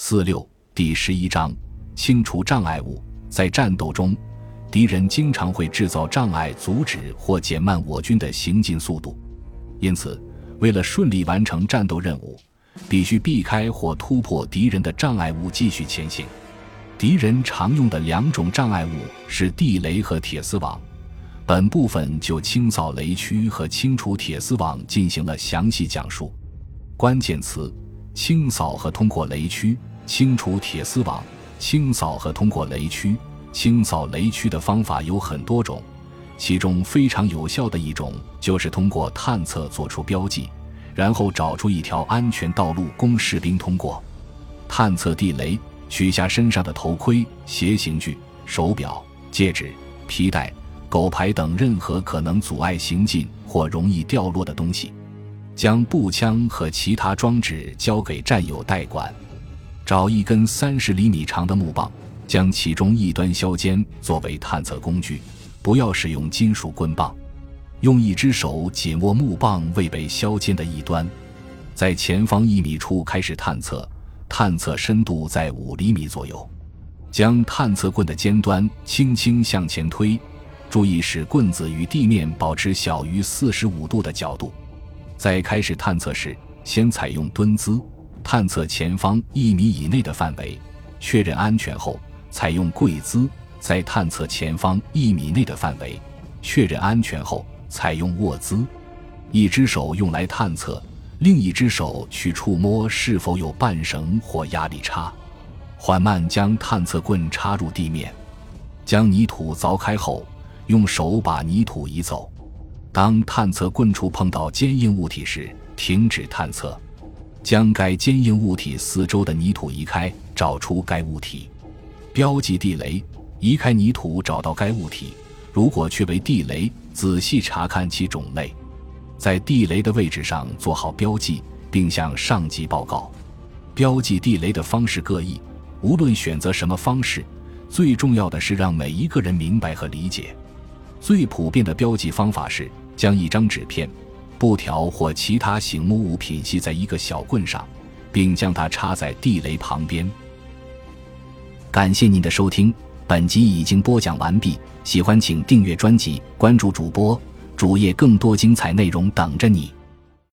46第11章清除障碍物。在战斗中，敌人经常会制造障碍，阻止或减慢我军的行进速度。因此，为了顺利完成战斗任务，必须避开或突破敌人的障碍物继续前行。敌人常用的两种障碍物是地雷和铁丝网。本部分就清扫雷区和清除铁丝网进行了详细讲述。关键词：清扫和通过雷区，清除铁丝网。清扫和通过雷区。清扫雷区的方法有很多种，其中非常有效的一种就是通过探测做出标记，然后找出一条安全道路供士兵通过。探测地雷，取下身上的头盔、鞋形具、手表、戒指、皮带、狗牌等任何可能阻碍行进或容易掉落的东西，将步枪和其他装置交给战友代管。找一根30厘米长的木棒，将其中一端削尖作为探测工具，不要使用金属棍棒。用一只手紧握木棒未被削尖的一端，在前方1米处开始探测，探测深度在5厘米左右。将探测棍的尖端轻轻向前推，注意使棍子与地面保持小于45度的角度。在开始探测时，先采用蹲姿，探测前方1米以内的范围，确认安全后，采用跪姿，在探测前方1米内的范围，确认安全后，采用卧姿。一只手用来探测，另一只手去触摸是否有绊绳或压力差。缓慢将探测棍插入地面，将泥土凿开后，用手把泥土移走。当探测棍处碰到坚硬物体时，停止探测，将该坚硬物体四周的泥土移开，找出该物体。标记地雷，移开泥土找到该物体，如果确为地雷，仔细查看其种类，在地雷的位置上做好标记，并向上级报告。标记地雷的方式各异，无论选择什么方式，最重要的是让每一个人明白和理解。最普遍的标记方法是将一张纸片、布条或其他醒目物品系在一个小棍上，并将它插在地雷旁边。感谢您的收听，本集已经播讲完毕，喜欢请订阅专辑，关注主播，主页更多精彩内容等着你。